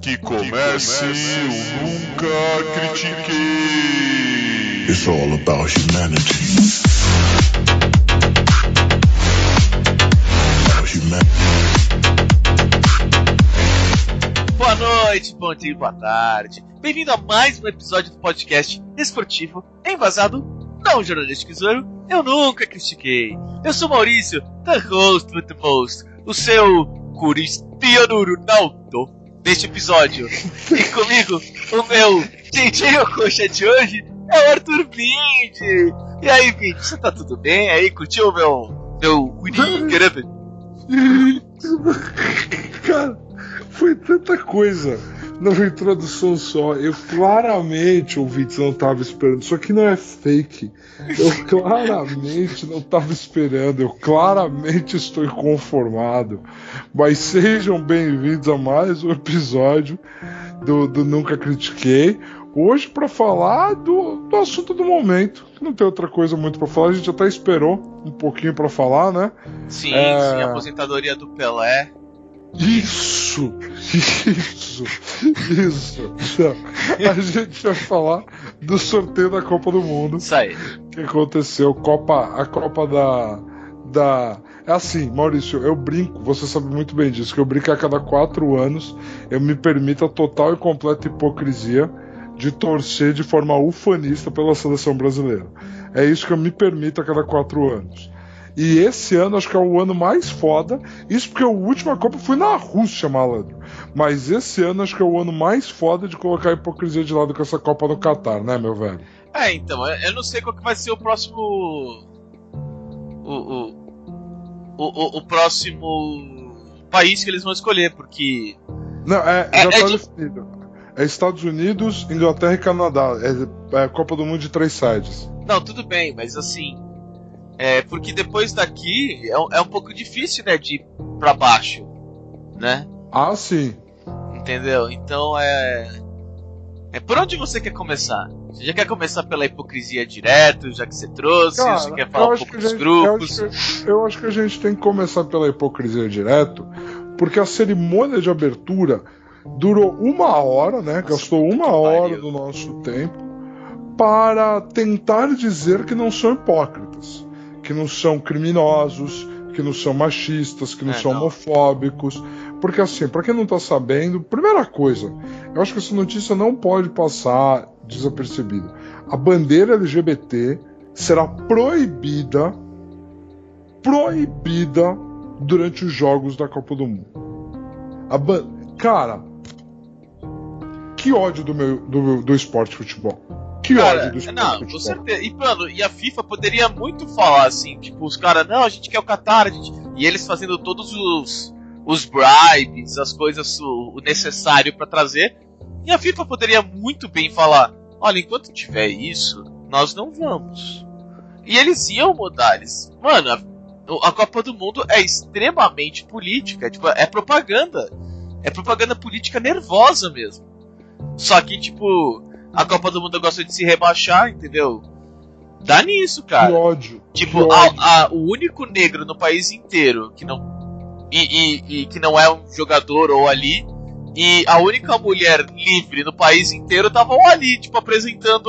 Que comece o Nunca Critiquei. It's all about humanity. Boa noite, bom dia, boa tarde. Bem-vindo a mais um episódio do podcast esportivo embasado, não jornalístico zoeiro, eu nunca critiquei. Eu sou Maurício, the host with the most, o seu Cristiano Ronaldo deste episódio. E comigo, o meu JJ Okocha de hoje é o Arthur Bindi. E aí, Bindi, você tá tudo bem? Aí, curtiu o meu winning querido? Cara, foi tanta coisa numa introdução só. Eu claramente, ouvintes, não tava esperando. Isso aqui não é fake. Eu claramente não tava esperando. Eu claramente estou inconformado. Mas sejam bem-vindos a mais um episódio do Nunca Critiquei. Hoje para falar do assunto do momento. Não tem outra coisa muito para falar. A gente até esperou um pouquinho para falar, né? Sim, sim, a aposentadoria do Pelé. Isso. Não, a gente vai falar do sorteio da Copa do Mundo. Isso aí. Que aconteceu, a Copa da... É assim, Maurício, eu brinco, você sabe muito bem disso, que eu brinco a cada 4 anos, eu me permito a total e completa hipocrisia de torcer de forma ufanista pela seleção brasileira. É isso que eu me permito a cada 4 anos. E esse ano acho que é o ano mais foda. Isso porque a última Copa foi na Rússia, malandro. Mas esse ano acho que é o ano mais foda de colocar a hipocrisia de lado com essa Copa no Catar, né, meu velho? É, então, eu não sei qual que vai ser o próximo... O próximo país que eles vão escolher, porque... Não, já tá definido. É Estados Unidos, Inglaterra e Canadá. É a Copa do Mundo de 3 sides. Não, tudo bem, mas assim... porque depois daqui é um pouco difícil, né, de ir pra baixo, né? Ah, sim. Entendeu? Então por onde você quer começar? Você já quer começar pela hipocrisia direto, já que você trouxe? Cara, você quer falar um pouco dos grupos? Eu acho que a gente tem que começar pela hipocrisia direto, porque a cerimônia de abertura durou 1 hora, né? Gastou 1 hora do nosso tempo para tentar dizer que não são hipócritas, que não são criminosos, que não são machistas, que não são homofóbicos. Porque assim, pra quem não tá sabendo, primeira coisa, eu acho que essa notícia não pode passar desapercebida. A bandeira LGBT será proibida durante os jogos da Copa do Mundo. Cara, que ódio do esporte de futebol. Cara, não, com certeza. E a FIFA poderia muito falar assim, tipo, os caras, não, a gente quer o Qatar, e eles fazendo todos os bribes, as coisas, o necessário pra trazer. E a FIFA poderia muito bem falar, olha, enquanto tiver isso, nós não vamos. E eles iam mudar, mano, a Copa do Mundo é extremamente política, é propaganda. É propaganda política nervosa mesmo. Só que, tipo, a Copa do Mundo gosta de se rebaixar, entendeu? Dá nisso, cara. Que ódio. Tipo, o único negro no país inteiro que não... E que não é um jogador ou ali, e a única mulher livre no país inteiro estavam ali, tipo, apresentando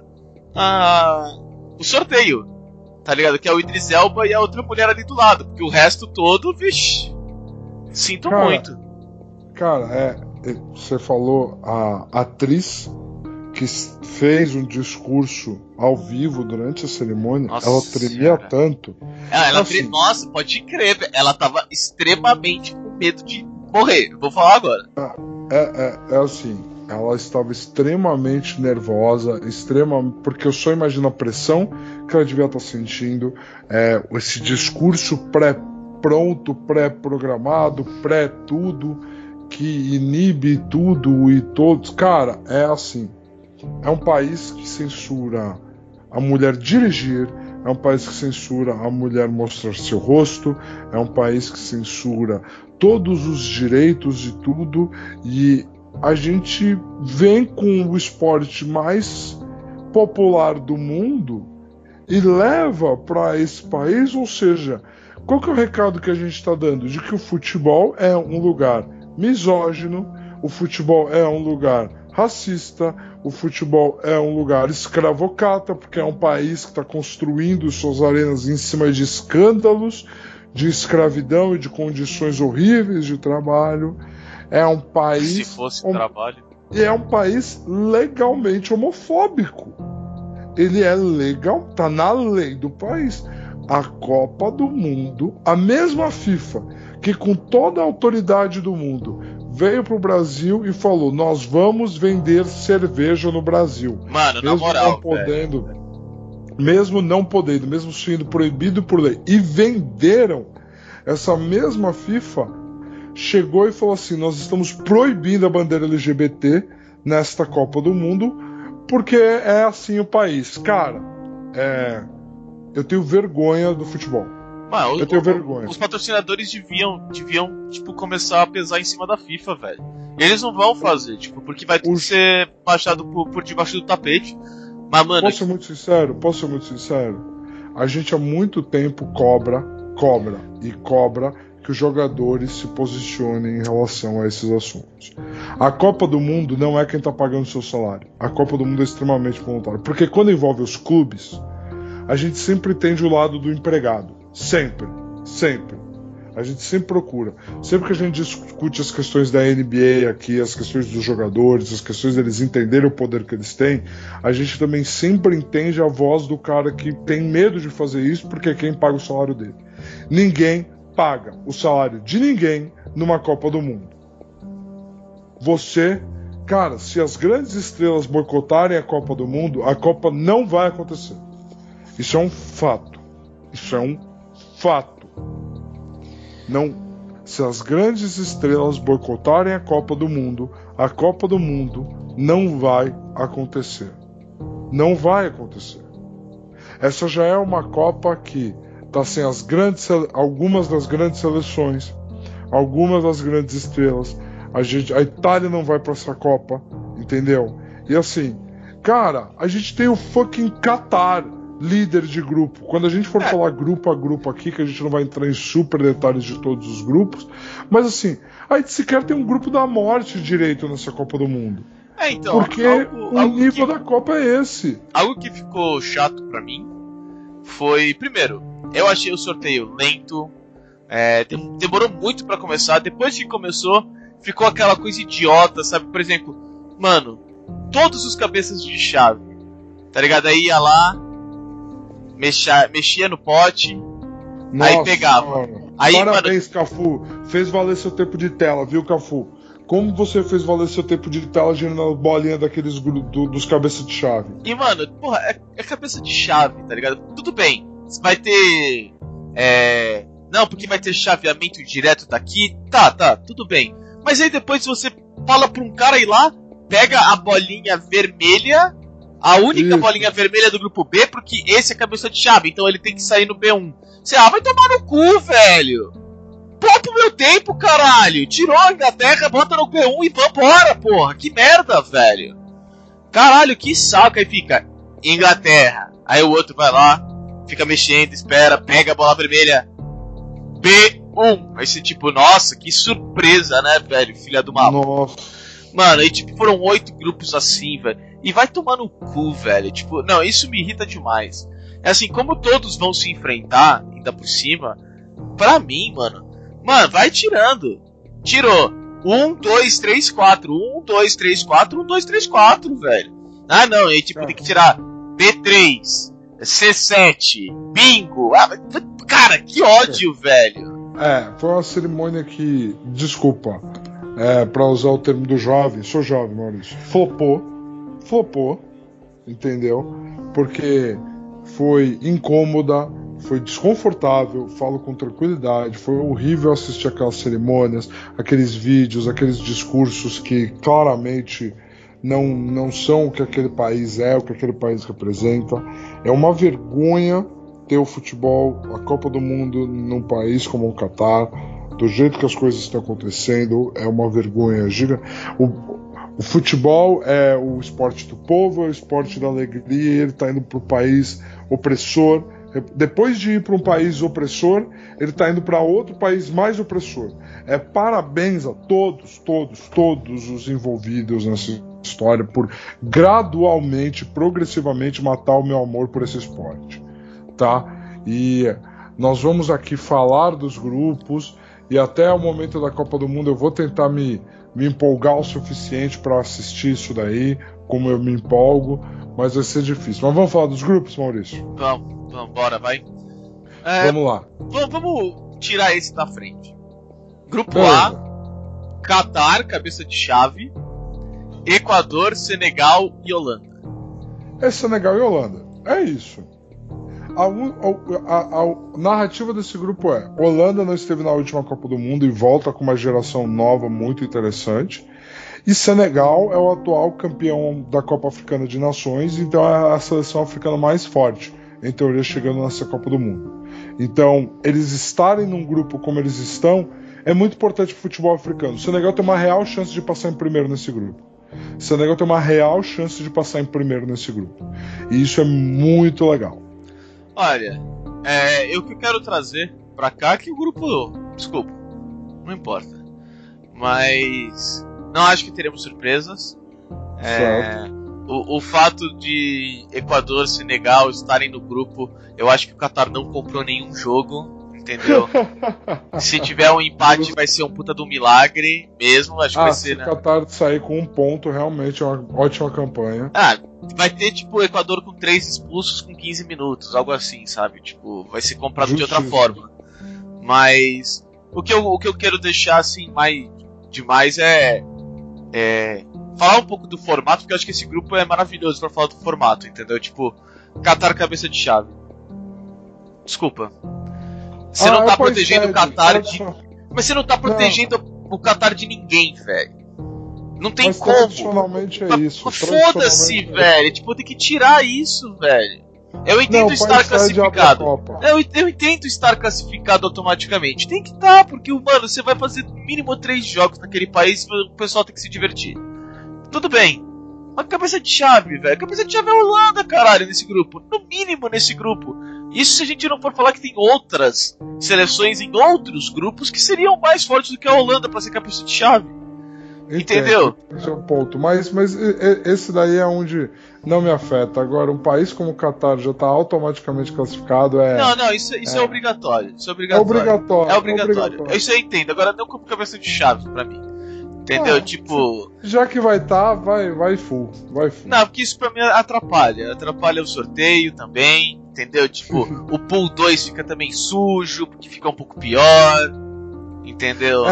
o sorteio, tá ligado? Que é o Idris Elba e a outra mulher ali do lado, porque o resto todo, vixi, sinto muito. Cara, você falou a atriz que fez um discurso ao vivo durante a cerimônia. Nossa, ela tremia tanto. Nossa, pode crer, ela tava extremamente com medo de morrer. Vou falar agora. Assim, ela estava extremamente nervosa, porque eu só imagino a pressão que ela devia estar sentindo, esse discurso pré-pronto, pré-programado, pré-tudo, que inibe tudo e todos. Cara, é assim. É um país que censura a mulher dirigir, é um país que censura a mulher mostrar seu rosto, é um país que censura todos os direitos e tudo, e a gente vem com o esporte mais popular do mundo e leva para esse país. Ou seja, qual que é o recado que a gente está dando? De que o futebol é um lugar misógino, o futebol é um lugar racista, o futebol é um lugar escravocrata, porque é um país que está construindo suas arenas em cima de escândalos, de escravidão e de condições horríveis de trabalho. É um país... Se fosse trabalho... E é um país legalmente homofóbico. Ele é legal, tá na lei do país. A Copa do Mundo, a mesma FIFA, que com toda a autoridade do mundo veio pro Brasil e falou: nós vamos vender cerveja no Brasil. Mano, na moral, não podendo, mesmo não podendo, mesmo sendo proibido por lei, e venderam, essa mesma FIFA chegou e falou assim: nós estamos proibindo a bandeira LGBT nesta Copa do Mundo, porque é assim o país. Cara, eu tenho vergonha do futebol. Mano, eu tenho vergonha. Os patrocinadores deviam, tipo, começar a pesar em cima da FIFA, velho. Eles não vão fazer, tipo, porque vai tudo ser baixado por debaixo do tapete. Mas, mano... Posso ser muito sincero? A gente há muito tempo cobra que os jogadores se posicionem em relação a esses assuntos. A Copa do Mundo não é quem tá pagando o seu salário. A Copa do Mundo é extremamente voluntária. Porque quando envolve os clubes, a gente sempre entende o lado do empregado. Sempre. A gente sempre procura. Sempre que a gente discute as questões da NBA aqui, as questões dos jogadores, as questões deles entenderem o poder que eles têm, a gente também sempre entende a voz do cara que tem medo de fazer isso, porque é quem paga o salário dele. Ninguém paga o salário de ninguém numa Copa do Mundo. Cara, se as grandes estrelas boicotarem a Copa do Mundo, a Copa não vai acontecer. Isso é um fato. Não, se as grandes estrelas boicotarem a Copa do Mundo não vai acontecer. Não vai acontecer. Essa já é uma Copa que tá sem algumas das grandes seleções, algumas das grandes estrelas. A Itália não vai para essa Copa, entendeu? E assim, cara, a gente tem o fucking Qatar, líder de grupo. Quando a gente for falar grupo a grupo aqui, que a gente não vai entrar em super detalhes de todos os grupos, mas assim, a gente sequer tem um grupo da morte direito nessa Copa do Mundo. Então, porque o nível da Copa é esse. Algo que ficou chato pra mim foi, primeiro, eu achei o sorteio lento, demorou muito pra começar. Depois que começou, ficou aquela coisa idiota, sabe? Por exemplo, mano, todos os cabeças de chave, tá ligado? Aí ia lá, mexia no pote, nossa, aí pegava. Aí, parabéns, mano... Cafu. Fez valer seu tempo de tela, viu, Cafu? Como você fez valer seu tempo de tela girando a bolinha daqueles dos cabeças de chave? E, mano, porra, é cabeça de chave, tá ligado? Tudo bem, vai ter... Não, porque vai ter chaveamento direto daqui. Tá, tudo bem. Mas aí depois você fala pra um cara ir lá, pega a bolinha vermelha, a única bolinha vermelha do grupo B, porque esse é cabeça de chave, então ele tem que sair no B1. Você, vai tomar no cu, velho. Poupa o meu tempo, caralho. Tirou a Inglaterra, bota no B1 e vambora, porra. Que merda, velho. Caralho, que saco. Aí fica Inglaterra. Aí o outro vai lá, fica mexendo, espera, pega a bola vermelha. B1. Aí você tipo, nossa, que surpresa, né, velho? Filha do mal. Nossa. Mano, aí tipo, foram 8 grupos assim, velho. E vai tomar no cu, velho. Tipo, não, isso me irrita demais. É assim, como todos vão se enfrentar, ainda por cima, pra mim, mano, vai tirando. Tirou 1, 2, 3, 4. 1, 2, 3, 4. 1, 2, 3, 4, velho. Ah, não, aí tipo, tem que tirar B3, C7, bingo. Cara, que ódio, velho. Foi uma cerimônia que, desculpa, pra usar o termo do jovem, sou jovem, Maurício, flopou, entendeu? Porque foi incômoda, foi desconfortável, falo com tranquilidade, foi horrível assistir aquelas cerimônias, aqueles vídeos, aqueles discursos que claramente não são o que aquele país é, o que aquele país representa. É uma vergonha ter o futebol, a Copa do Mundo num país como o Qatar, do jeito que as coisas estão acontecendo, é uma vergonha gigante. O futebol é o esporte do povo, é o esporte da alegria, ele está indo para o país opressor Depois de ir para um país opressor, ele está indo para outro país mais opressor. Parabéns a todos os envolvidos nessa história por gradualmente, progressivamente matar o meu amor por esse esporte, tá? E nós vamos aqui falar dos grupos e até o momento da Copa do Mundo eu vou tentar me empolgar o suficiente para assistir isso daí, como eu me empolgo, mas vai ser difícil. Mas vamos falar dos grupos, Maurício? Vamos, bora, vai. Vamos lá. Vamos tirar esse da frente. Grupo Beleza. A, Catar, cabeça de chave, Equador, Senegal e Holanda. É Senegal e Holanda. É isso. A narrativa desse grupo é: Holanda não esteve na última Copa do Mundo e volta com uma geração nova muito interessante. E Senegal é o atual campeão da Copa Africana de Nações, então é a seleção africana mais forte, em teoria, chegando nessa Copa do Mundo. Então, eles estarem num grupo como eles estão é muito importante para o futebol africano. O Senegal tem uma real chance de passar em primeiro nesse grupo. O Senegal tem uma real chance de passar em primeiro nesse grupo. E isso é muito legal. Olha, o que eu quero trazer pra cá é que o grupo... Desculpa, não importa. Mas não acho que teremos surpresas. O fato de Equador e Senegal estarem no grupo, eu acho que o Qatar não comprou nenhum jogo, entendeu? Se tiver um empate vai ser um puta do milagre mesmo, acho que vai ser, né? Se o Qatar sair com um ponto, realmente é uma ótima campanha. Vai ter tipo o Equador com 3 expulsos com 15 minutos, algo assim, sabe? Tipo, vai ser comprado de outra forma. Mas o que eu quero deixar assim mais demais é falar um pouco do formato, porque eu acho que esse grupo é maravilhoso pra falar do formato, entendeu? Tipo, Qatar cabeça de chave. Desculpa. Você não tá protegendo o Qatar de... Mas você não tá protegendo o Qatar de ninguém, velho. Não tem como. Tradicionalmente é isso. Foda-se, velho. Tipo, tem que tirar isso, velho. Eu entendo estar classificado. Eu entendo estar classificado automaticamente. Tem que estar, porque, mano, você vai fazer no mínimo 3 jogos naquele país e o pessoal tem que se divertir. Tudo bem. Mas cabeça de chave, velho. Cabeça de chave é a Holanda, caralho, nesse grupo. No mínimo nesse grupo. Isso se a gente não for falar que tem outras seleções em outros grupos que seriam mais fortes do que a Holanda pra ser cabeça de chave. Entendeu? Esse é o ponto. Mas esse daí é onde não me afeta. Agora, um país como o Qatar já está automaticamente classificado. Não, isso é obrigatório. Isso é obrigatório. É obrigatório. Isso eu entendo. Agora, não como cabeça de chave pra mim. Entendeu? Tipo. Já que vai estar, vai full. Não, porque isso pra mim atrapalha. Atrapalha o sorteio também. Entendeu? Tipo, o Pool 2 fica também sujo, porque fica um pouco pior. Entendeu?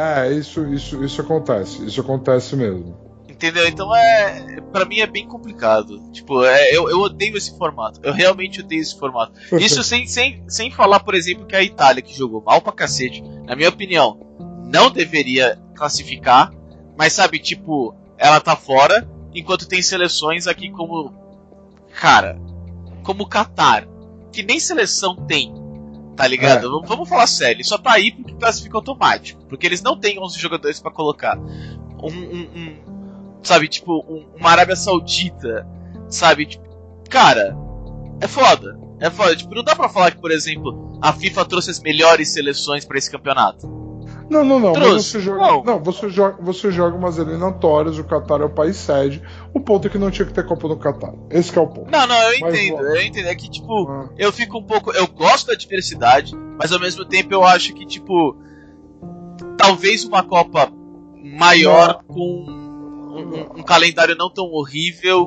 Isso acontece. Isso acontece mesmo. Entendeu? Então pra mim é bem complicado. Tipo, eu odeio esse formato. Eu realmente odeio esse formato. Isso sem falar, por exemplo, que a Itália, que jogou mal pra cacete, na minha opinião, não deveria classificar. Mas sabe, tipo, ela tá fora, enquanto tem seleções aqui como... Cara, como o Qatar, que nem seleção tem. Tá ligado? Vamos falar sério, ele só tá aí porque classifica automático. Porque eles não têm 11 jogadores pra colocar. Sabe, tipo, uma Arábia Saudita. Sabe, tipo, cara, é foda. Tipo, não dá pra falar que, por exemplo, a FIFA trouxe as melhores seleções pra esse campeonato. Não, mas você joga umas eliminatórias, o Qatar é o país sede. O ponto é que não tinha que ter Copa no Qatar. Esse que é o ponto. Não, eu entendo. É que, tipo, eu fico um pouco... Eu gosto da diversidade, mas ao mesmo tempo eu acho que, tipo, talvez uma Copa maior com um calendário não tão horrível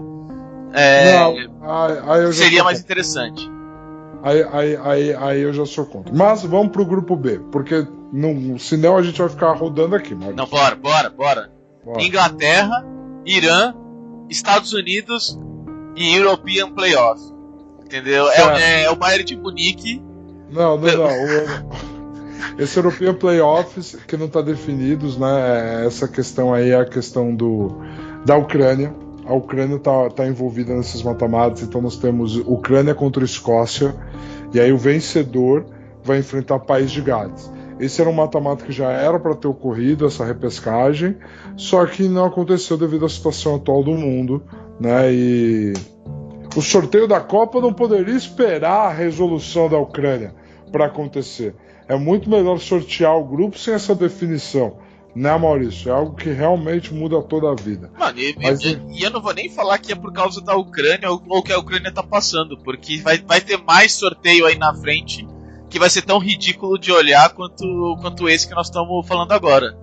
seria mais interessante. Aí eu já sou contra. Mas vamos pro grupo B, porque senão a gente vai ficar rodando aqui. Maurício. Não, bora. Inglaterra, Irã, Estados Unidos e European Playoff. Entendeu? É o Bayern de Munique. Não. Esse European Playoffs que não está definidos, né? Essa questão aí é a questão da Ucrânia. A Ucrânia tá envolvida nesses mata-matas, então nós temos Ucrânia contra Escócia, e aí o vencedor vai enfrentar País de Gales. Esse era um mata-mata que já era para ter ocorrido, essa repescagem, só que não aconteceu devido à situação atual do mundo, né? E O sorteio da Copa não poderia esperar a resolução da Ucrânia para acontecer. É muito melhor sortear o grupo sem essa definição, né, Maurício? É algo que realmente muda toda a vida. Mano, e eu não vou nem falar que é por causa da Ucrânia ou que a Ucrânia tá passando, porque vai ter mais sorteio aí na frente que vai ser tão ridículo de olhar quanto esse que nós estamos falando agora.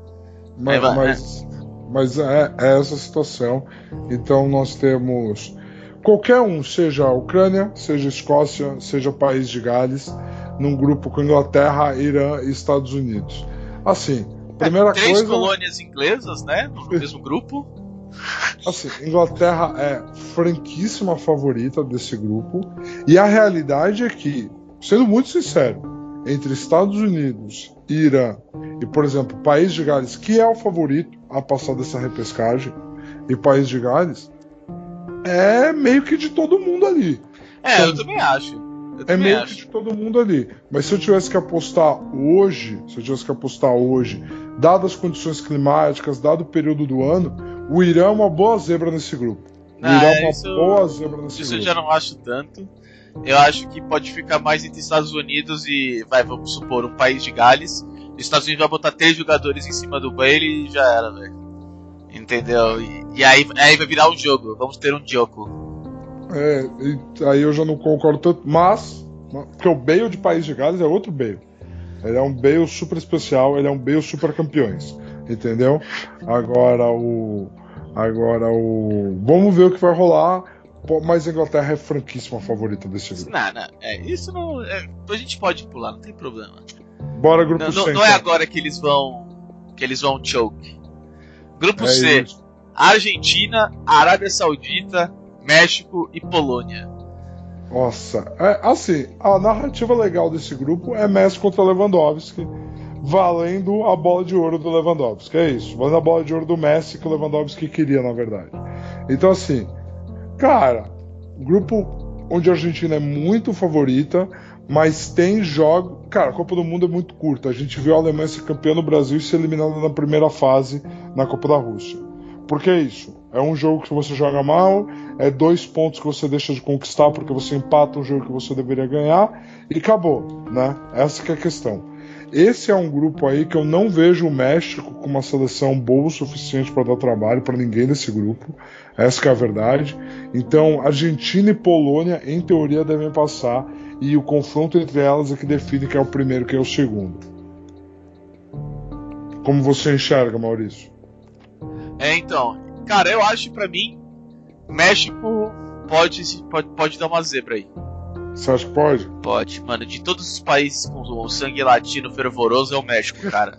Mas é essa situação. Então nós temos qualquer um, seja a Ucrânia, seja a Escócia, seja o País de Gales, num grupo com Inglaterra, Irã e Estados Unidos. Assim, primeira três coisa... colônias inglesas, né? No mesmo grupo. Assim, Inglaterra é franquíssima favorita desse grupo. E a realidade é que, sendo muito sincero, entre Estados Unidos e Irã e, por exemplo, País de Gales, que é o favorito a passar dessa repescagem, e País de Gales é meio que de todo mundo ali. Então, eu também acho. Que de todo mundo ali. Mas se eu tivesse que apostar hoje, dadas as condições climáticas, dado o período do ano, o Irã é uma boa zebra nesse grupo. Boa zebra nesse grupo. Isso eu já não acho tanto. Eu acho que pode ficar mais entre Estados Unidos e, vamos supor, um País de Gales. Os Estados Unidos vai botar 3 jogadores em cima do Bale e já era, velho. Entendeu? E aí vai virar um jogo. Vamos ter um jogo. Aí eu já não concordo tanto, mas porque o Bale de País de Gales é outro Bale. Ele é um Bale super especial, ele é um Bale super campeões, entendeu? Agora vamos ver o que vai rolar, mas a Inglaterra é franquíssima favorita desse grupo. Isso não... a gente pode pular, não tem problema. Bora grupo C. Não é agora que eles vão choke. Grupo C, isso. Argentina, Arábia Saudita, México e Polônia. Nossa, assim, a narrativa legal desse grupo é Messi contra Lewandowski, valendo a bola de ouro do Lewandowski. É isso, valendo a bola de ouro do Messi que o Lewandowski queria, na verdade. Então, assim, cara, grupo onde a Argentina é muito favorita, mas tem jogo. Cara, a Copa do Mundo é muito curta. A gente viu a Alemanha ser campeã no Brasil e ser eliminada na primeira fase na Copa da Rússia. Por que isso? É um jogo que você joga mal, é 2 pontos que você deixa de conquistar porque você empata um jogo que você deveria ganhar e acabou, né? Essa que é a questão. Esse é um grupo aí que eu não vejo o México com uma seleção boa o suficiente para dar trabalho para ninguém desse grupo. Essa que é a verdade. Então, Argentina e Polônia, em teoria, devem passar e o confronto entre elas é que define quem é o primeiro e quem é o segundo. Como você enxerga, Maurício? Então, cara, eu acho que pra mim México pode dar uma zebra aí. Você acha que pode? Pode, mano. De todos os países com o sangue latino fervoroso é o México, cara.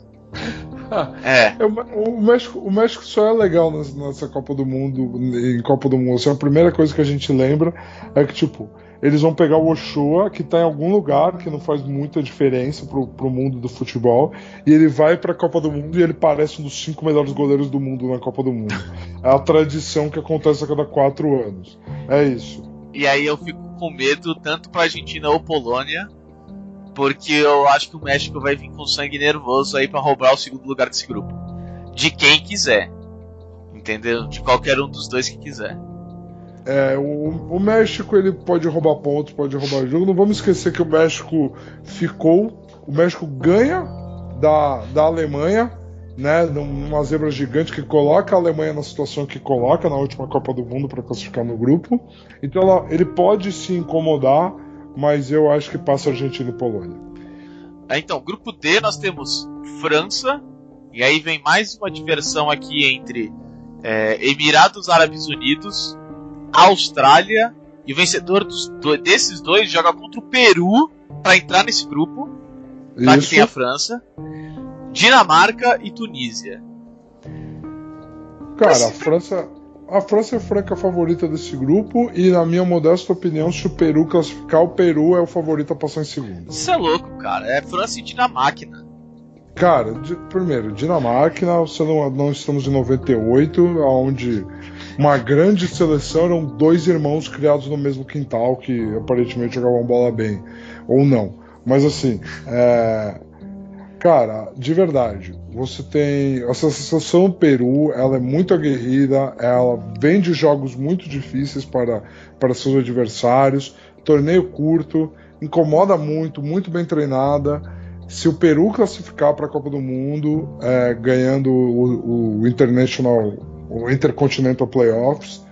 O México só é legal nessa Copa do Mundo, em Copa do Mundo. Assim, a primeira coisa que a gente lembra é que, tipo, eles vão pegar o Ochoa, que tá em algum lugar que não faz muita diferença pro mundo do futebol, e ele vai pra Copa do Mundo e ele parece um dos 5 melhores goleiros do mundo na Copa do Mundo. É a tradição que acontece a cada 4 anos. É isso. E aí eu fico com medo tanto pra Argentina ou Polônia, porque eu acho que o México vai vir com sangue nervoso aí pra roubar o segundo lugar desse grupo. De quem quiser. Entendeu? De qualquer um dos dois que quiser. O México ele pode roubar pontos, pode roubar jogo. Não vamos esquecer que o México ganha da Alemanha, né, numa zebra gigante que coloca a Alemanha na situação que coloca na última Copa do Mundo para classificar no grupo. Então ele pode se incomodar, mas eu acho que passa Argentina e Polônia. Então, grupo D nós temos França, e aí vem mais uma diversão aqui entre Emirados Árabes Unidos, Austrália, e o vencedor desses dois joga contra o Peru para entrar nesse grupo. Tá, que tem a França, Dinamarca e Tunísia. Cara, a França é a franca favorita desse grupo e, na minha modesta opinião, se o Peru classificar, o Peru é o favorito a passar em segundo. Isso é louco, cara. É França e Dinamarca. Cara, primeiro, Dinamarca, não estamos em 98, onde uma grande seleção eram 2 irmãos criados no mesmo quintal que aparentemente jogavam bola bem, ou não. Mas assim, Cara, de verdade, você tem a seleção do Peru, ela é muito aguerrida, ela vem de jogos muito difíceis para seus adversários, torneio curto, incomoda muito, muito bem treinada. Se o Peru classificar para a Copa do Mundo, ganhando o Intercontinental Playoffs,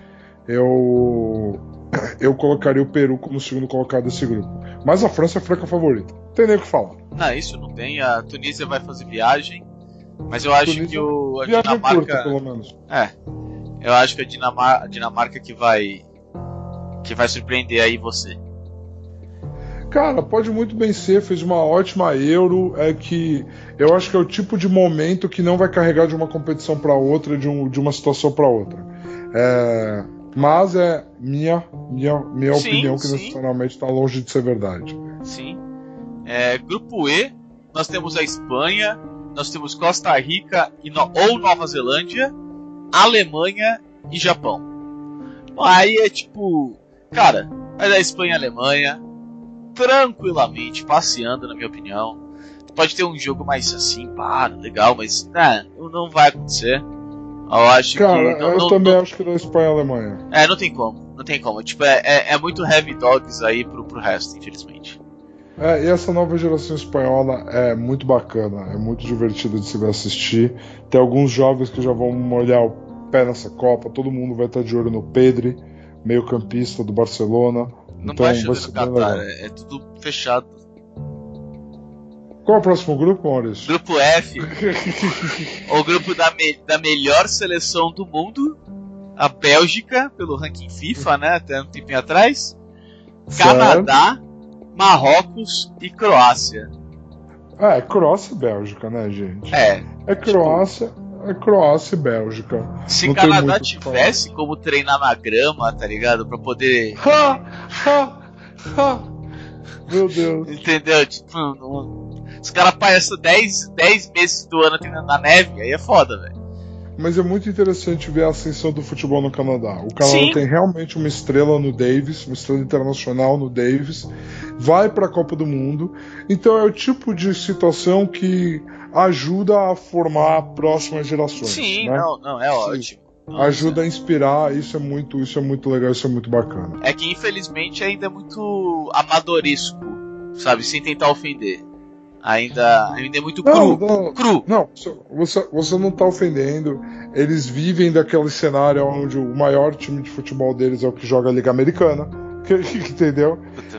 eu colocaria o Peru como segundo colocado desse grupo. Mas a França é a franca favorita. Não tem nem o que falar. Não, isso não tem. A Tunísia vai fazer viagem. Mas eu acho que a viagem Dinamarca. curta, pelo menos. Eu acho que a Dinamarca que vai surpreender aí você. Cara, pode muito bem ser, fez uma ótima Euro, que eu acho que é o tipo de momento que não vai carregar de uma competição para outra, de uma situação para outra. Mas é minha opinião que necessariamente está longe de ser verdade. Sim. Grupo E, nós temos a Espanha, nós temos Costa Rica ou Nova Zelândia, Alemanha e Japão. Bom, aí é tipo, cara, vai dar Espanha e Alemanha tranquilamente, passeando, na minha opinião. Pode ter um jogo mais assim, legal, mas não vai acontecer. Eu acho Cara, que. Eu também acho que da Espanha e Alemanha. Não tem como. Tipo, é muito heavy dogs aí pro resto, infelizmente. E essa nova geração espanhola é muito bacana, é muito divertido de se ver assistir. Tem alguns jovens que já vão molhar o pé nessa Copa, todo mundo vai estar de olho no Pedri, meio campista do Barcelona. Não então vai chover no ser Qatar, é tudo fechado. Qual é o próximo grupo, Maurício? Grupo F, o grupo da melhor seleção do mundo, a Bélgica, pelo ranking FIFA, né, até um tempinho atrás, certo. Canadá, Marrocos e Croácia. Croácia e Bélgica, né, gente? Croácia e Bélgica. Se não Canadá tivesse como treinar na grama, tá ligado? Pra poder. Meu Deus. Entendeu? Tipo, os caras passam 10 meses do ano treinando na neve, aí é foda, velho. Mas é muito interessante ver a ascensão do futebol no Canadá. O Canadá tem realmente uma estrela no Davis, uma estrela internacional no Davis, vai para a Copa do Mundo. Então é o tipo de situação que ajuda a formar próximas gerações. Sim, né? não, é ótimo. Nossa. Ajuda a inspirar, isso é muito legal, isso é muito bacana. É que infelizmente ainda é muito amadoresco, sabe, sem tentar ofender. Ainda é muito cru. Não, você não tá ofendendo. Eles vivem daquele cenário onde o maior time de futebol deles é o que joga a Liga Americana. Entendeu?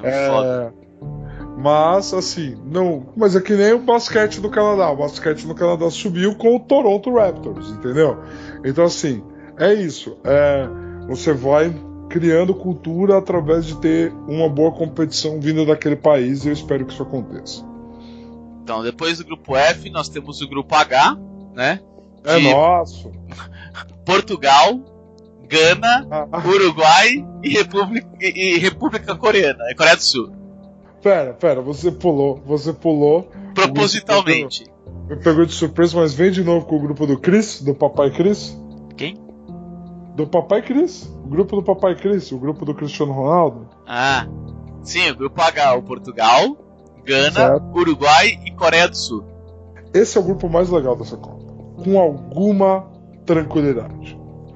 Mas assim, não. Mas é que nem o basquete do Canadá. O basquete no Canadá subiu com o Toronto Raptors, entendeu? Então assim, é isso. Você vai criando cultura através de ter uma boa competição vindo daquele país, e eu espero que isso aconteça. Então, depois do grupo F, nós temos o grupo H, né? Nosso. Portugal, Gana, Uruguai e República Coreana, Coreia do Sul. Pera, você pulou. Propositalmente. Me pegou de surpresa, mas vem de novo com o grupo do Chris, do Papai Chris. Quem? Do Papai Chris. O grupo do Papai Chris, o grupo do Cristiano Ronaldo. Sim, o grupo H, o Portugal, Gana, certo. Uruguai e Coreia do Sul. Esse é o grupo mais legal dessa Copa. Com alguma tranquilidade.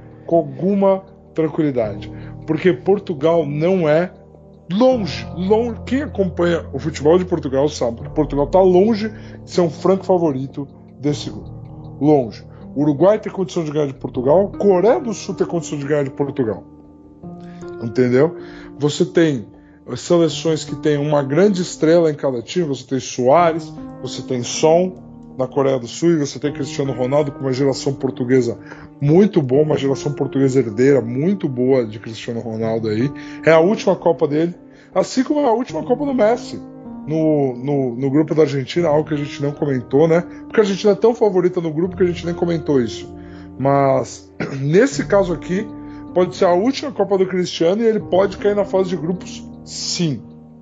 Porque Portugal não é longe. Quem acompanha o futebol de Portugal sabe que Portugal está longe de ser um franco favorito desse grupo. Longe. O Uruguai tem condição de ganhar de Portugal. Coreia do Sul tem condição de ganhar de Portugal. Entendeu? Você tem seleções que tem uma grande estrela em cada time. Você tem Soares, você tem Son na Coreia do Sul, e você tem Cristiano Ronaldo com uma geração portuguesa muito boa, uma geração portuguesa herdeira muito boa de Cristiano Ronaldo aí. É a última Copa dele, assim como é a última Copa do Messi no grupo da Argentina, algo que a gente não comentou, né? Porque a Argentina é tão favorita no grupo que a gente nem comentou isso. Mas nesse caso aqui, pode ser a última Copa do Cristiano e ele pode cair na fase de grupos, sim.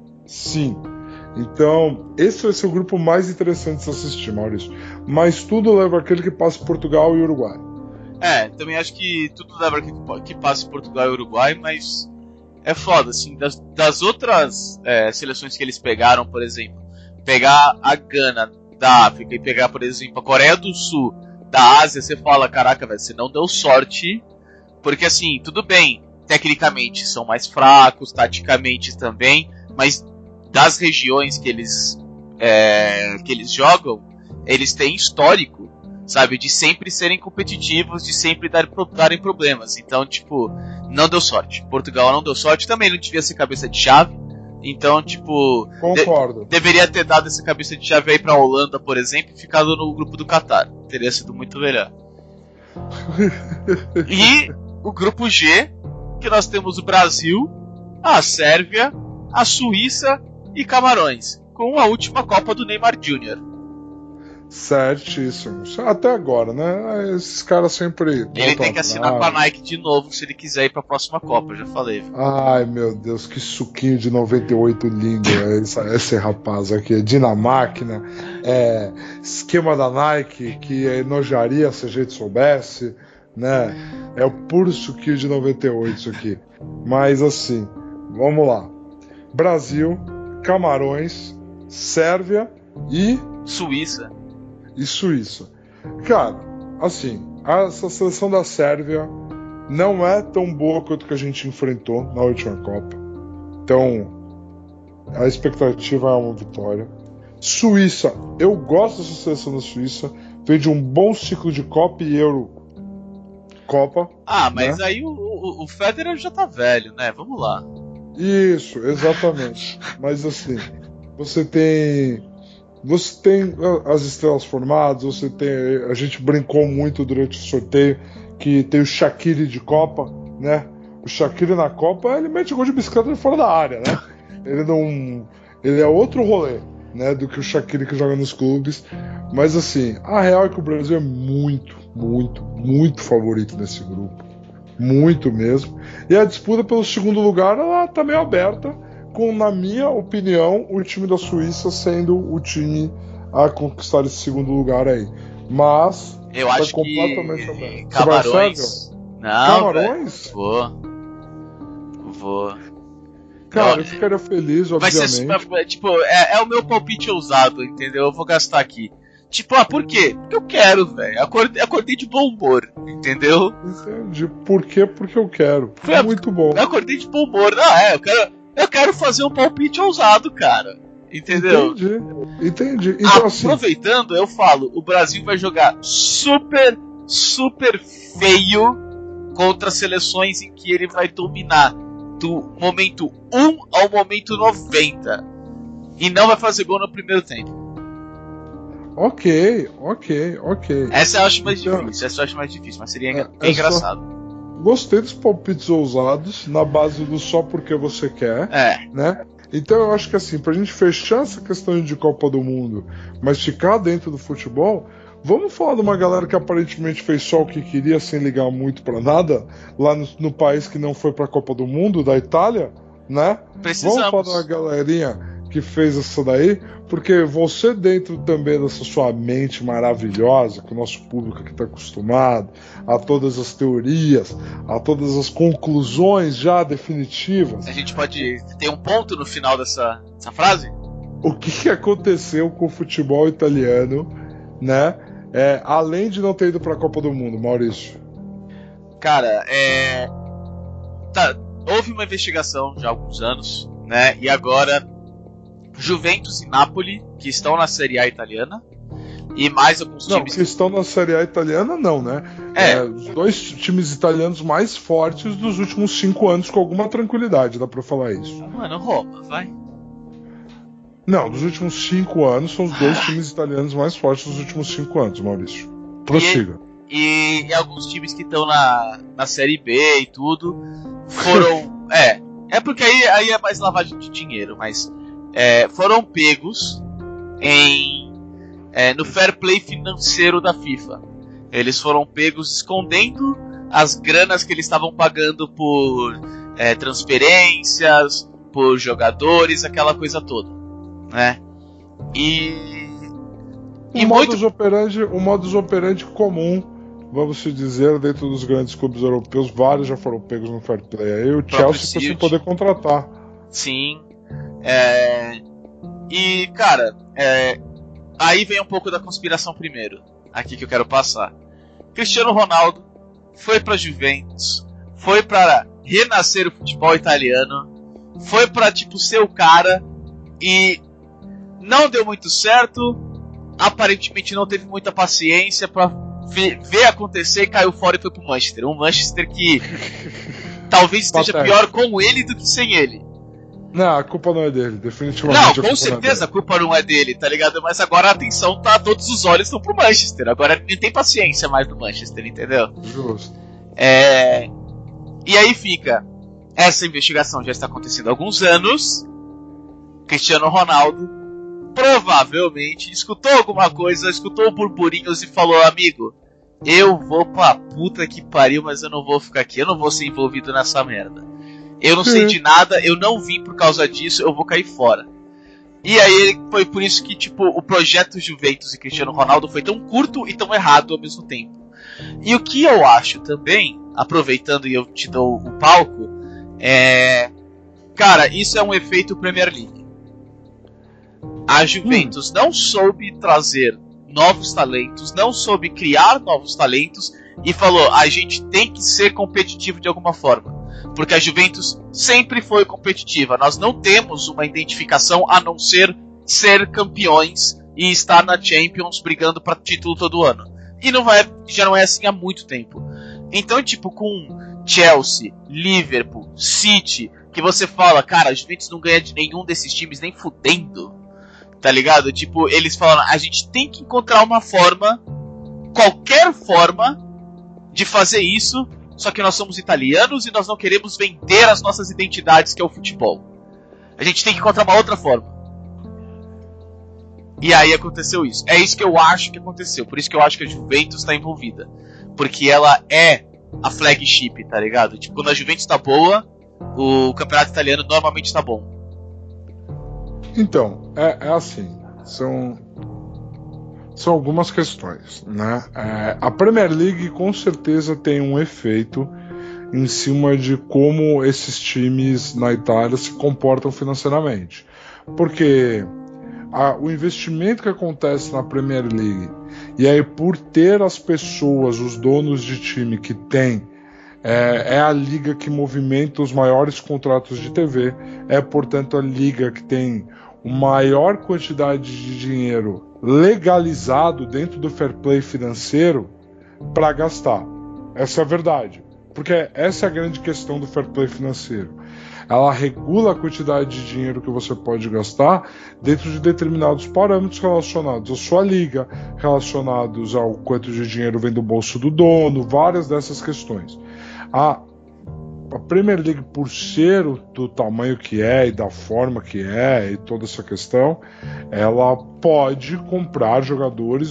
Então, esse vai ser o grupo mais interessante de se assistir, Maurício. Mas tudo leva àquele que passa Portugal e Uruguai. Também acho que tudo leva que passe Portugal e Uruguai, mas é foda, assim, das outras seleções que eles pegaram, por exemplo, pegar a Gana da África e pegar, por exemplo, a Coreia do Sul da Ásia, você fala, caraca, velho, você não deu sorte, porque assim, tudo bem, tecnicamente são mais fracos, taticamente também, mas das regiões que eles jogam, eles têm histórico, sabe, de sempre serem competitivos, de sempre darem problemas. Então, tipo, não deu sorte. Portugal não deu sorte, também não devia ser cabeça de chave. Então, tipo, concordo. Deveria ter dado essa cabeça de chave aí pra Holanda, por exemplo, e ficado no grupo do Catar. Teria sido muito melhor. E o grupo G, que nós temos o Brasil, a Sérvia, a Suíça e Camarões, com a última Copa do Neymar Jr. Certíssimo. Até agora, né? Esses caras sempre. Ele tem que assinar com a Nike de novo se ele quiser ir pra próxima Copa, eu já falei. Ai, meu Deus, que suquinho de 98 lindo esse rapaz aqui. Dinamáquina, esquema da Nike, que enojaria se a gente soubesse, né? É o puro suquinho de 98 isso aqui. Mas assim, vamos lá. Brasil, Camarões, Sérvia e Suíça. Cara, assim, essa seleção da Sérvia não é tão boa quanto que a gente enfrentou na última Copa. Então, a expectativa é uma vitória. Suíça, eu gosto dessa seleção da Suíça. Veio de um bom ciclo de Copa e Euro Copa. Ah, mas né? Aí o Federer já tá velho, né? Vamos lá. Isso, exatamente. Mas assim, você tem as estrelas formadas, a gente brincou muito durante o sorteio que tem o Shaqiri de Copa, né? O Shaqiri na Copa, ele mete gol de bicicleta de fora da área, né? Ele é outro rolê, né, do que o Shaqiri que joga nos clubes. Mas assim, a real é que o Brasil é muito, muito, muito favorito nesse grupo. Muito mesmo. E a disputa pelo segundo lugar, ela tá meio aberta, com, na minha opinião, o time da Suíça sendo o time a conquistar esse segundo lugar aí. Mas eu acho completamente que aberto. Camarões. Não, Camarões? Véio. Vou. Cara, eu ficaria feliz, obviamente. Vai ser, tipo, é o meu palpite ousado, entendeu? Eu vou gastar aqui. Tipo, por quê? Porque eu quero, velho. Acordei de bom humor, entendeu? Entendi. Por quê? Porque eu quero. Foi muito bom. Eu acordei de bom humor. Não, eu quero fazer um palpite ousado, cara. Entendeu? Entendi. Então, aproveitando, eu falo, o Brasil vai jogar super, super feio contra seleções em que ele vai dominar do momento 1 ao momento 90. E não vai fazer gol no primeiro tempo. Ok. Essa eu acho mais difícil, mas seria engraçado. Gostei dos palpites ousados, na base do só porque você quer, né? Então eu acho que assim, pra gente fechar essa questão de Copa do Mundo, mas ficar dentro do futebol, vamos falar de uma galera que aparentemente fez só o que queria, sem ligar muito pra nada, lá no país que não foi pra Copa do Mundo, da Itália, né? Precisamos. Vamos falar de uma galerinha que fez isso daí, porque você, dentro também dessa sua mente maravilhosa, que o nosso público aqui está acostumado a todas as teorias, a todas as conclusões já definitivas. A gente pode ter um ponto no final dessa frase? O que aconteceu com o futebol italiano, né? Além de não ter ido para a Copa do Mundo, Maurício? Cara, houve uma investigação já há alguns anos, né? E agora Juventus e Napoli, que estão na Série A italiana, e mais alguns times... Não, que estão na Série A italiana não, né? Os dois times italianos mais fortes dos últimos 5 anos, com alguma tranquilidade, dá pra falar isso. Mano, Roma, vai. Não, dos últimos 5 anos, são os dois times italianos mais fortes dos últimos 5 anos, Maurício. Prossiga. E alguns times que estão na Série B e tudo, foram... porque aí é mais lavagem de dinheiro, mas... foram pegos no fair play financeiro da FIFA. Eles foram pegos escondendo as granas que eles estavam pagando por transferências, por jogadores, aquela coisa toda, né? O modus operandi comum, vamos dizer, dentro dos grandes clubes europeus, vários já foram pegos no fair play. Aí o Chelsea sem poder contratar. Sim. E, cara, aí vem um pouco da conspiração primeiro, aqui que eu quero passar. Cristiano Ronaldo foi pra Juventus, foi pra renascer o futebol italiano, foi pra, tipo, ser o cara, e não deu muito certo, aparentemente não teve muita paciência pra ver acontecer e caiu fora e foi pro Manchester. Um Manchester que talvez esteja pior com ele do que sem ele. Não, a culpa não é dele, definitivamente. Não, com certeza a culpa não é dele, tá ligado? Mas agora a atenção tá, todos os olhos estão pro Manchester. Agora não tem paciência mais do Manchester, entendeu? Justo. E aí fica, essa investigação já está acontecendo há alguns anos. Cristiano Ronaldo provavelmente escutou alguma coisa, escutou burburinhos e falou: amigo, eu vou pra puta que pariu, mas eu não vou ficar aqui, eu não vou ser envolvido nessa merda. Eu não sei de nada, eu não vim por causa disso, eu vou cair fora. E aí foi por isso que, tipo, o projeto Juventus e Cristiano Ronaldo foi tão curto e tão errado ao mesmo tempo. E o que eu acho também, aproveitando e eu te dou o palco, cara, isso é um efeito Premier League. A Juventus não soube trazer novos talentos, não soube criar novos talentos e falou: a gente tem que ser competitivo de alguma forma. Porque a Juventus sempre foi competitiva. Nós não temos uma identificação a não ser campeões e estar na Champions brigando para título todo ano. E já não é assim há muito tempo. Então, tipo, com Chelsea, Liverpool, City, que você fala, cara, a Juventus não ganha de nenhum desses times nem fudendo. Tá ligado? Tipo, eles falam, a gente tem que encontrar uma forma, qualquer forma, de fazer isso. Só que nós somos italianos e nós não queremos vender as nossas identidades, que é o futebol. A gente tem que encontrar uma outra forma. E aí aconteceu isso. É isso que eu acho que aconteceu. Por isso que eu acho que a Juventus está envolvida. Porque ela é a flagship, tá ligado? Tipo, quando a Juventus tá boa, o campeonato italiano normalmente tá bom. Então, é assim. São algumas questões, né? A Premier League com certeza tem um efeito em cima de como esses times na Itália se comportam financeiramente. Porque o investimento que acontece na Premier League, e aí por ter as pessoas, os donos de time que tem, é a liga que movimenta os maiores contratos de TV, portanto a liga que tem a maior quantidade de dinheiro legalizado dentro do fair play financeiro para gastar. Essa é a verdade. Porque essa é a grande questão do fair play financeiro. Ela regula a quantidade de dinheiro que você pode gastar dentro de determinados parâmetros relacionados à sua liga, relacionados ao quanto de dinheiro vem do bolso do dono, várias dessas questões. A Premier League, por ser do tamanho que é e da forma que é e toda essa questão, ela pode comprar jogadores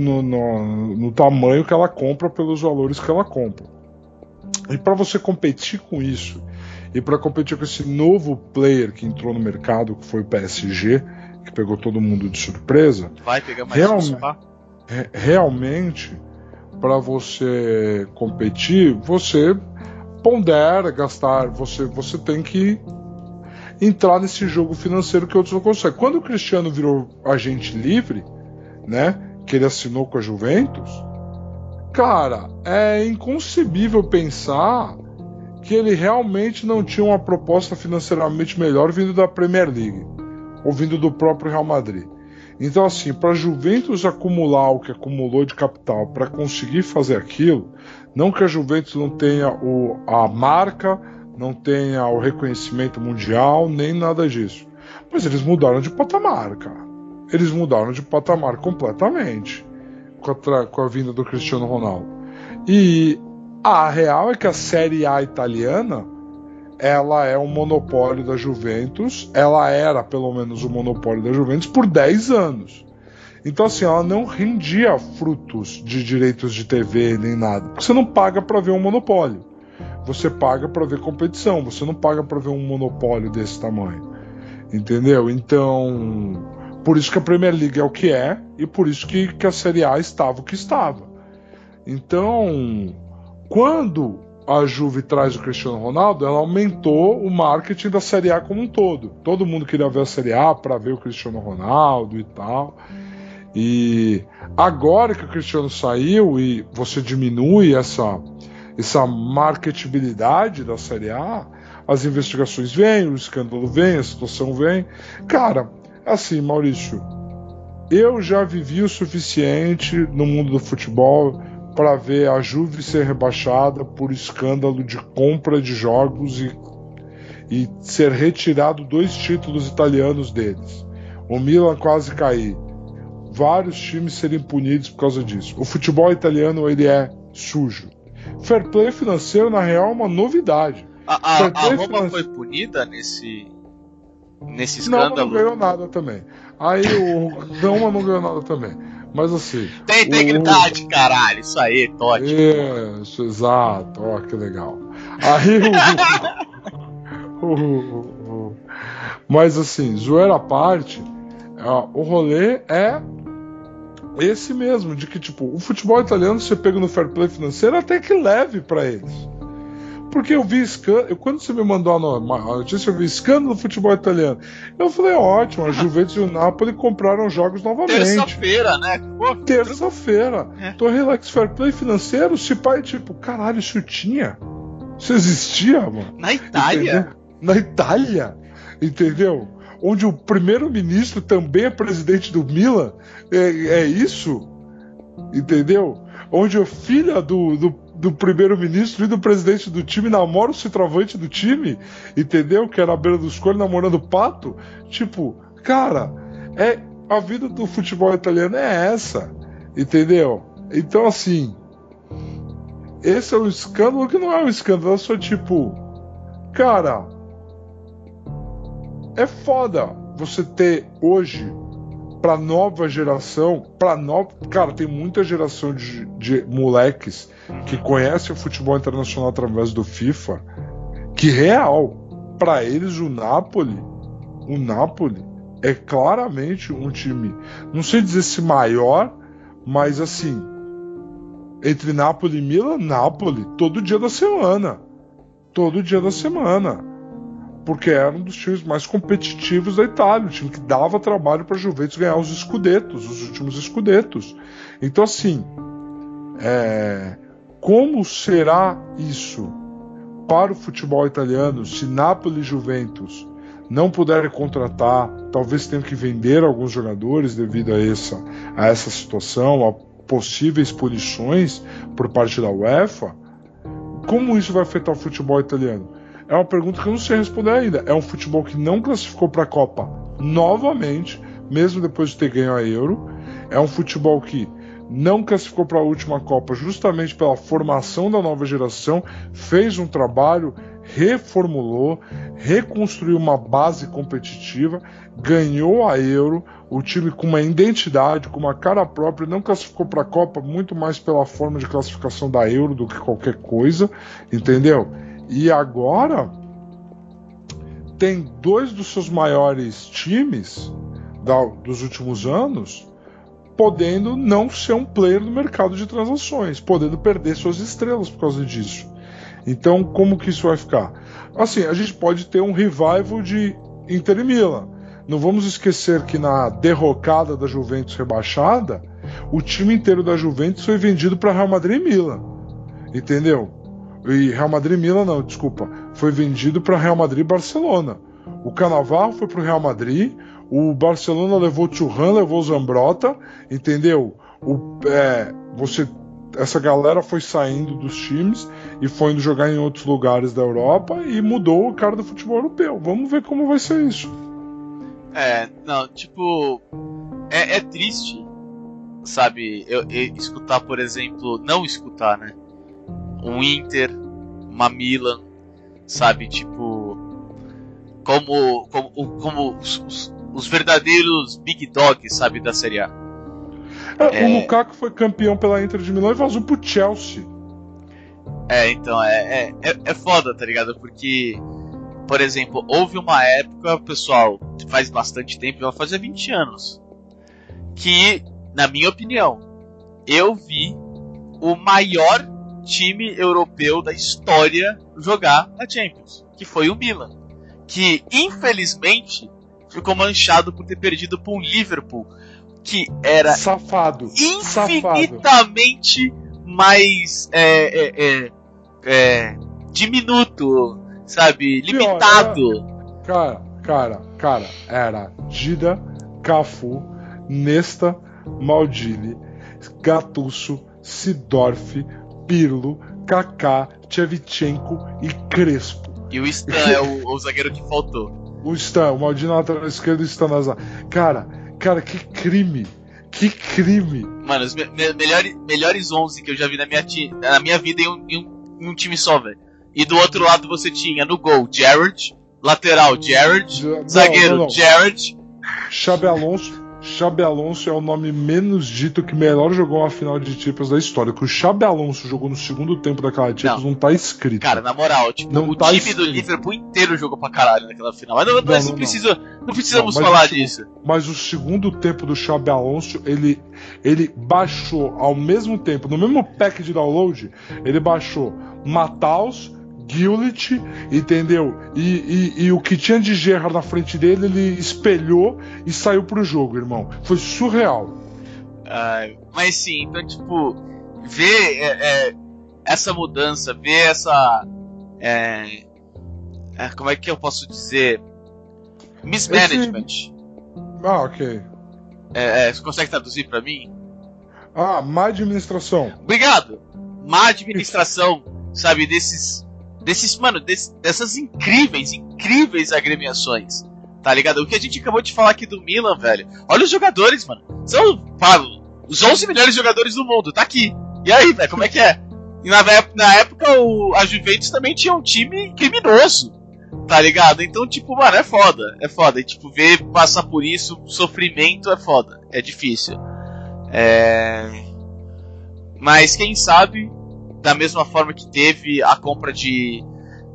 no tamanho que ela compra, pelos valores que ela compra. E para você competir com isso, e para competir com esse novo player que entrou no mercado, que foi o PSG, que pegou todo mundo de surpresa, vai pegar mais realmente, para você competir, você pondera gastar, você tem que entrar nesse jogo financeiro que outros não conseguem. Quando o Cristiano virou agente livre, né, que ele assinou com a Juventus, cara, é inconcebível pensar que ele realmente não tinha uma proposta financeiramente melhor vindo da Premier League ou vindo do próprio Real Madrid. Então, assim, para a Juventus acumular o que acumulou de capital para conseguir fazer aquilo, não que a Juventus não tenha a marca, não tenha o reconhecimento mundial, nem nada disso. Mas eles mudaram de patamar, cara. Eles mudaram de patamar completamente com a vinda do Cristiano Ronaldo. E a real é que a Série A italiana, ela é um monopólio da Juventus, ela era pelo menos o monopólio da Juventus por 10 anos. Então, assim, ela não rendia frutos de direitos de TV nem nada. Porque você não paga para ver um monopólio. Você paga para ver competição. Você não paga para ver um monopólio desse tamanho. Entendeu? Então, por isso que a Premier League é o que é e por isso que a Série A estava o que estava. Então, quando a Juve traz o Cristiano Ronaldo, ela aumentou o marketing da Série A como um todo. Todo mundo queria ver a Série A para ver o Cristiano Ronaldo e tal. E agora que o Cristiano saiu e você diminui essa marketabilidade da Série A, as investigações vêm, o escândalo vem, a situação vem. Cara, assim, Maurício, eu já vivi o suficiente no mundo do futebol para ver a Juve ser rebaixada por escândalo de compra de jogos e ser retirado 2 títulos italianos deles. O Milan quase cair. Vários times serem punidos por causa disso. O futebol italiano, ele é sujo. Fair play financeiro, na real, é uma novidade. A Roma foi punida nesse escândalo? Não ganhou nada também. Aí o Roma não ganhou nada também. Mas assim... Tem integridade, caralho. Isso aí, Totti. Isso, exato. Ó, que legal. Aí Mas assim, zoeira à parte, o rolê é esse mesmo, de que tipo, o futebol italiano, você pega no fair play financeiro, até que leve pra eles. Porque eu vi escândalo, quando você me mandou a notícia, eu vi escândalo no futebol italiano. Eu falei, ótimo, a Juventus e o Napoli compraram jogos novamente. Terça-feira, né? Pô, terça-feira. Tô relax, fair play financeiro, se pai, tipo, caralho, isso tinha? Isso existia, mano? Na Itália? Entendeu? Na Itália, entendeu? Onde o primeiro-ministro também é presidente do Milan, é isso? Entendeu? Onde a filha do primeiro-ministro e do presidente do time namora o centroavante do time, entendeu? Que era a beira dos coelhos namorando o Pato. Tipo, cara, a vida do futebol italiano é essa, entendeu? Então, assim, esse é um escândalo que não é um escândalo, é só tipo, cara, é foda você ter hoje, pra nova geração, cara, tem muita geração de moleques que conhecem o futebol internacional através do FIFA, que real, pra eles o Napoli é claramente um time, não sei dizer se maior, mas assim, entre Napoli e Milan, Napoli, todo dia da semana, porque era um dos times mais competitivos da Itália, um time que dava trabalho para a Juventus ganhar os últimos escudetos. Então, assim, como será isso para o futebol italiano se Napoli e Juventus não puderem contratar, talvez tenham que vender alguns jogadores devido a essa situação, a possíveis punições por parte da UEFA? Como isso vai afetar o futebol italiano? É uma pergunta que eu não sei responder ainda. É um futebol que não classificou para a Copa novamente, mesmo depois de ter ganho a Euro. É um futebol que não classificou para a última Copa justamente pela formação da nova geração, fez um trabalho, reformulou, reconstruiu uma base competitiva, ganhou a Euro, o time com uma identidade, com uma cara própria, não classificou para a Copa muito mais pela forma de classificação da Euro do que qualquer coisa, entendeu? E agora tem 2 dos seus maiores times dos últimos anos podendo não ser um player no mercado de transações, podendo perder suas estrelas por causa disso. Então, como que isso vai ficar? Assim, a gente pode ter um revival de Inter e Milan. Não vamos esquecer que na derrocada da Juventus rebaixada, o time inteiro da Juventus foi vendido para Real Madrid e Milan. Entendeu? E Real Madrid e Milan não, desculpa. Foi vendido para Real Madrid e Barcelona. O Cannavaro foi para o Real Madrid, o Barcelona levou o Thuram, levou o Zambrotta, entendeu? Essa galera foi saindo dos times e foi indo jogar em outros lugares da Europa e mudou o cara do futebol europeu. Vamos ver como vai ser isso. Não, tipo, é triste, sabe, eu escutar, por exemplo, não escutar, né, um Inter, uma Milan, sabe, tipo, como os verdadeiros big dogs, sabe, da Série A. O Lukaku foi campeão pela Inter de Milão e vazou pro Chelsea. Então, é foda, tá ligado, porque, por exemplo, houve uma época, pessoal, faz bastante tempo, vai fazer 20 anos, que, na minha opinião, eu vi o maior time europeu da história jogar na Champions, que foi o Milan, que, infelizmente, ficou manchado por ter perdido para o Liverpool que era Safado. infinitamente mais diminuto, sabe? Limitado. Cara, era Dida, Cafu, Nesta, Maldini, Gattuso, Sidorf, Pirlo, Kaká, Shevchenko e Crespo. E o Stan é o zagueiro que faltou. O Stan, o Maldini na lateral esquerda e o Stan na zaga. Cara, que crime! Que crime! Mano, os melhores 11 que eu já vi na minha vida em um time só, velho. E do outro lado você tinha no gol Gerrard, lateral Gerrard, zagueiro Gerrard. Xabi Alonso é o nome menos dito que melhor jogou uma final de Champions da história. Que o Xabi Alonso jogou no segundo tempo daquela Champions não tá escrito. Cara, na moral, tipo, não o tá time escrito. do Liverpool inteiro jogou pra caralho naquela final. Mas não precisamos falar disso. Mas o segundo tempo do Xabi Alonso, ele baixou ao mesmo tempo, no mesmo pack de download, ele baixou Mataus, Gullit, entendeu? E o que tinha de Gerrard na frente dele, ele espelhou e saiu pro jogo, irmão. Foi surreal. Mas sim, então, tipo, ver essa mudança, ver essa. Como é que eu posso dizer? Mismanagement. Ok. Você consegue traduzir pra mim? Má administração. Obrigado! Má administração, sabe, dessas incríveis agremiações, tá ligado? O que a gente acabou de falar aqui do Milan, velho. Olha os jogadores, mano. São os 11 melhores jogadores do mundo, tá aqui. E aí, velho, como é que é? E na época a Juventus também tinha um time criminoso, tá ligado? Então, tipo, mano, é foda. E, tipo, ver passar por isso, sofrimento é foda. É difícil. Mas quem sabe, da mesma forma que teve a compra de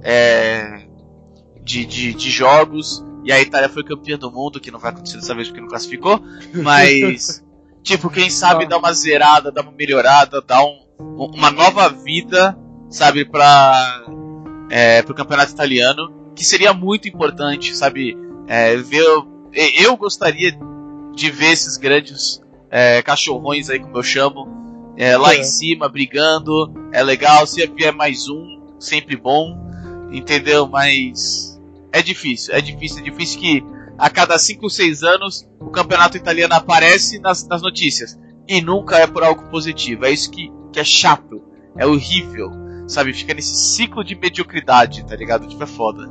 jogos e a Itália foi campeã do mundo, que não vai acontecer dessa vez porque não classificou, mas tipo, quem sabe dar uma zerada, dar uma melhorada, dar uma nova vida, sabe, pro campeonato italiano, que seria muito importante, sabe, eu gostaria de ver esses grandes cachorrões aí, como eu chamo, lá em cima, brigando. É legal, se vier mais sempre bom, entendeu? Mas é difícil que a cada 5 ou 6 anos o campeonato italiano aparece nas notícias e nunca é por algo positivo. É isso que é chato, é horrível, sabe? Fica nesse ciclo de mediocridade, tá ligado? Tipo, é foda.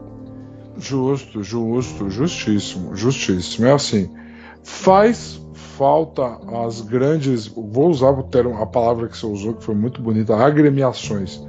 Justíssimo. É assim, faz falta as grandes, vou usar a palavra que você usou, que foi muito bonita, agremiações.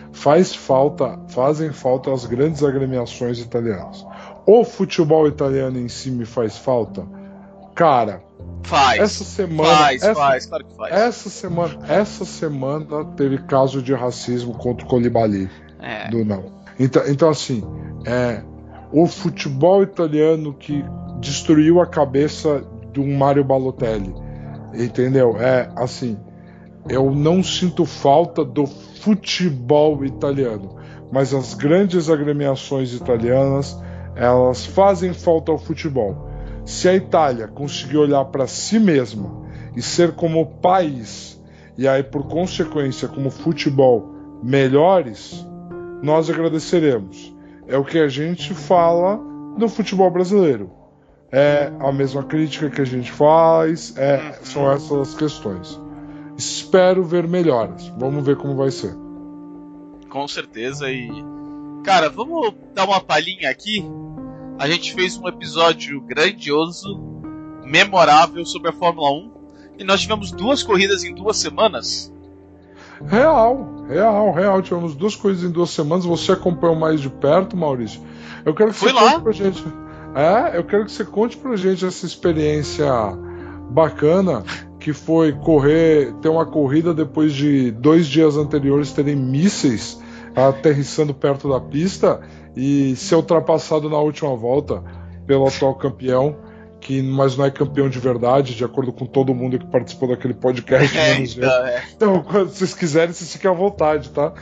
Fazem falta as grandes agremiações italianas. O futebol italiano em si me faz falta? Cara, essa semana, claro que faz. Essa semana teve caso de racismo contra o Koulibaly do não. Então assim, o futebol italiano que destruiu a cabeça de um Mario Balotelli, entendeu? Assim, eu não sinto falta do futebol italiano, mas as grandes agremiações italianas, elas fazem falta ao futebol. Se a Itália conseguir olhar para si mesma e ser como país, e aí por consequência como futebol melhores, nós agradeceremos. É o que a gente fala do futebol brasileiro. É a mesma crítica que a gente faz, são essas questões. Espero ver melhoras. Vamos ver como vai ser. Com certeza. E cara, vamos dar uma palhinha aqui. A gente fez um episódio grandioso, memorável sobre a Fórmula 1 e nós tivemos 2 corridas em 2 semanas. Real. Tivemos 2 corridas em 2 semanas. Você acompanhou mais de perto, Maurício? Eu quero que você conte pra gente. Eu quero que você conte pra gente essa experiência bacana que foi ter uma corrida depois de 2 dias anteriores terem mísseis aterrissando perto da pista e ser ultrapassado na última volta pelo atual campeão, mas não é campeão de verdade, de acordo com todo mundo que participou daquele podcast. Então, quando vocês quiserem, vocês fiquem à vontade, tá?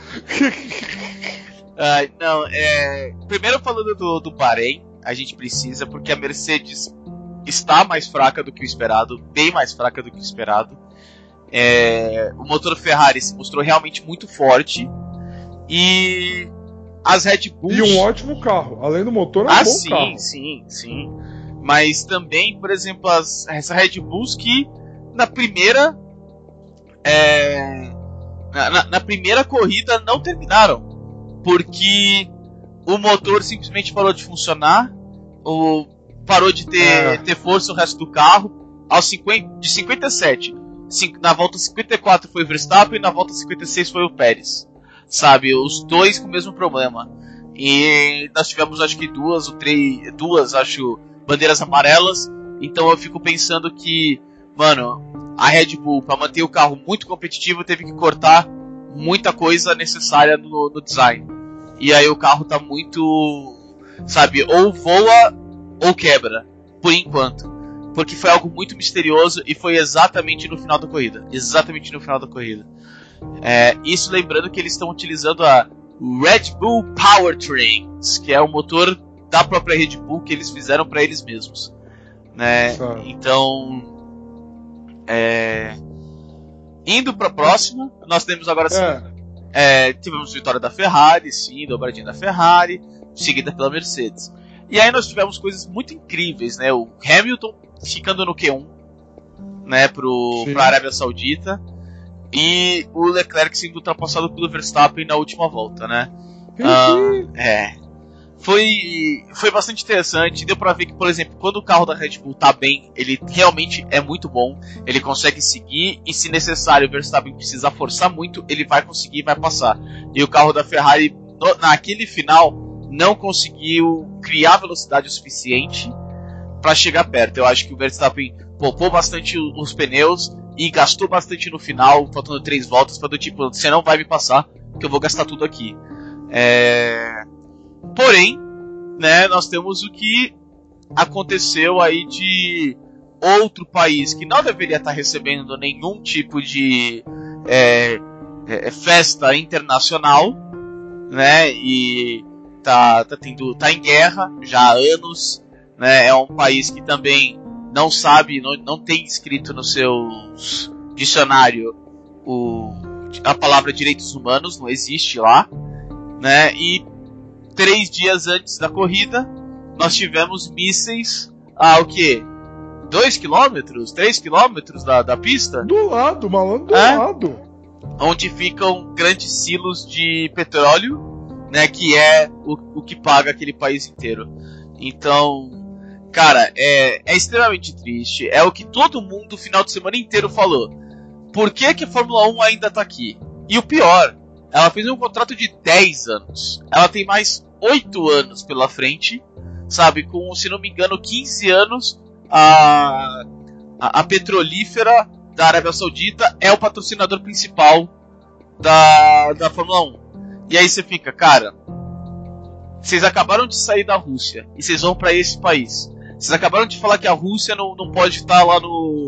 Primeiro falando do Bahrein, a gente precisa, porque a Mercedes está mais fraca do que o esperado, bem mais fraca do que o esperado. O motor Ferrari se mostrou realmente muito forte. E as Red Bulls... E um ótimo carro, além do motor, é um bom carro. Sim. Mas também, por exemplo, as Red Bulls que na primeira na primeira corrida não terminaram, porque o motor simplesmente parou de funcionar, parou de ter força o resto do carro. De 57, na volta 54 foi o Verstappen, na volta 56 foi o Pérez, sabe, os dois com o mesmo problema. E nós tivemos acho que duas bandeiras amarelas. Então eu fico pensando que, mano, a Red Bull, para manter o carro muito competitivo, teve que cortar muita coisa necessária no design. E aí o carro tá muito, sabe, ou voa ou quebra, por enquanto. Porque foi algo muito misterioso e foi exatamente no final da corrida. Isso lembrando que eles estão utilizando a Red Bull Powertrains, que é o motor da própria Red Bull que eles fizeram para eles mesmos, né? Então, indo para a próxima, nós temos agora tivemos vitória da Ferrari, sim, dobradinha da Ferrari, seguida pela Mercedes. E aí nós tivemos coisas muito incríveis, né? O Hamilton ficando no Q1, né, para a Arábia Saudita, e o Leclerc sendo ultrapassado pelo Verstappen na última volta, né? Foi bastante interessante. Deu pra ver que, por exemplo, quando o carro da Red Bull tá bem, ele realmente é muito bom. Ele consegue seguir, e se necessário o Verstappen precisar forçar muito, ele vai conseguir e vai passar. E o carro da Ferrari, naquele final, não conseguiu criar velocidade o suficiente para chegar perto. Eu acho que o Verstappen poupou bastante os pneus e gastou bastante no final, faltando 3 voltas, para do tipo, você não vai me passar, que eu vou gastar tudo aqui. Porém, né, nós temos o que aconteceu aí de outro país que não deveria estar recebendo nenhum tipo de festa internacional, né, e tá em guerra já há anos, né, é um país que também não sabe, não tem escrito no seu dicionário a palavra direitos humanos, não existe lá, né, e 3 dias antes da corrida, nós tivemos mísseis a 2 km, 3 km da pista? Do lado, malandro, do lado. Onde ficam grandes silos de petróleo, né, que é o que paga aquele país inteiro. Então, cara, é extremamente triste. É o que todo mundo o final de semana inteiro falou. Por que a Fórmula 1 ainda tá aqui? E o pior, ela fez um contrato de 10 anos. Ela tem mais 8 anos pela frente, sabe? Com, se não me engano, 15 anos, a petrolífera da Arábia Saudita é o patrocinador principal da Fórmula 1. E aí você fica, cara, vocês acabaram de sair da Rússia e vocês vão pra esse país. Vocês acabaram de falar que a Rússia não pode estar lá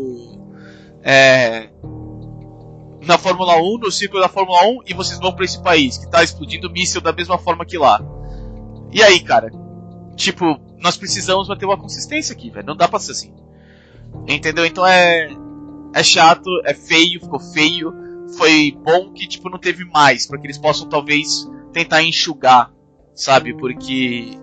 na Fórmula 1, no círculo da Fórmula 1, e vocês vão pra esse país que tá explodindo míssil da mesma forma que lá. E aí, cara? Tipo, nós precisamos manter uma consistência aqui, velho. Não dá pra ser assim. Entendeu? Então é chato, é feio, ficou feio. Foi bom que, tipo, não teve mais, pra que eles possam, talvez, tentar enxugar, sabe? Porque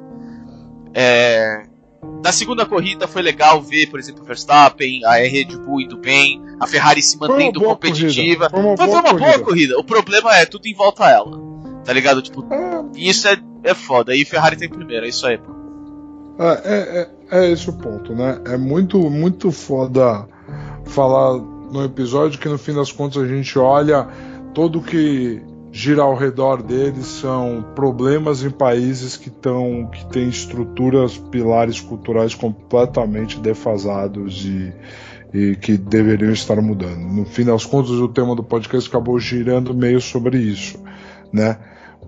na segunda corrida foi legal ver, por exemplo, o Verstappen, a Red Bull indo bem, a Ferrari se mantendo competitiva. Foi uma boa corrida. O problema é tudo em volta a ela, tá ligado? Tipo, isso é foda. E Ferrari tem primeiro, é isso aí, pô. É esse o ponto, né? É muito, muito foda falar no episódio que no fim das contas a gente olha tudo que gira ao redor deles são problemas em países que têm estruturas, pilares culturais completamente defasados e que deveriam estar mudando. No fim das contas, o tema do podcast acabou girando meio sobre isso, né?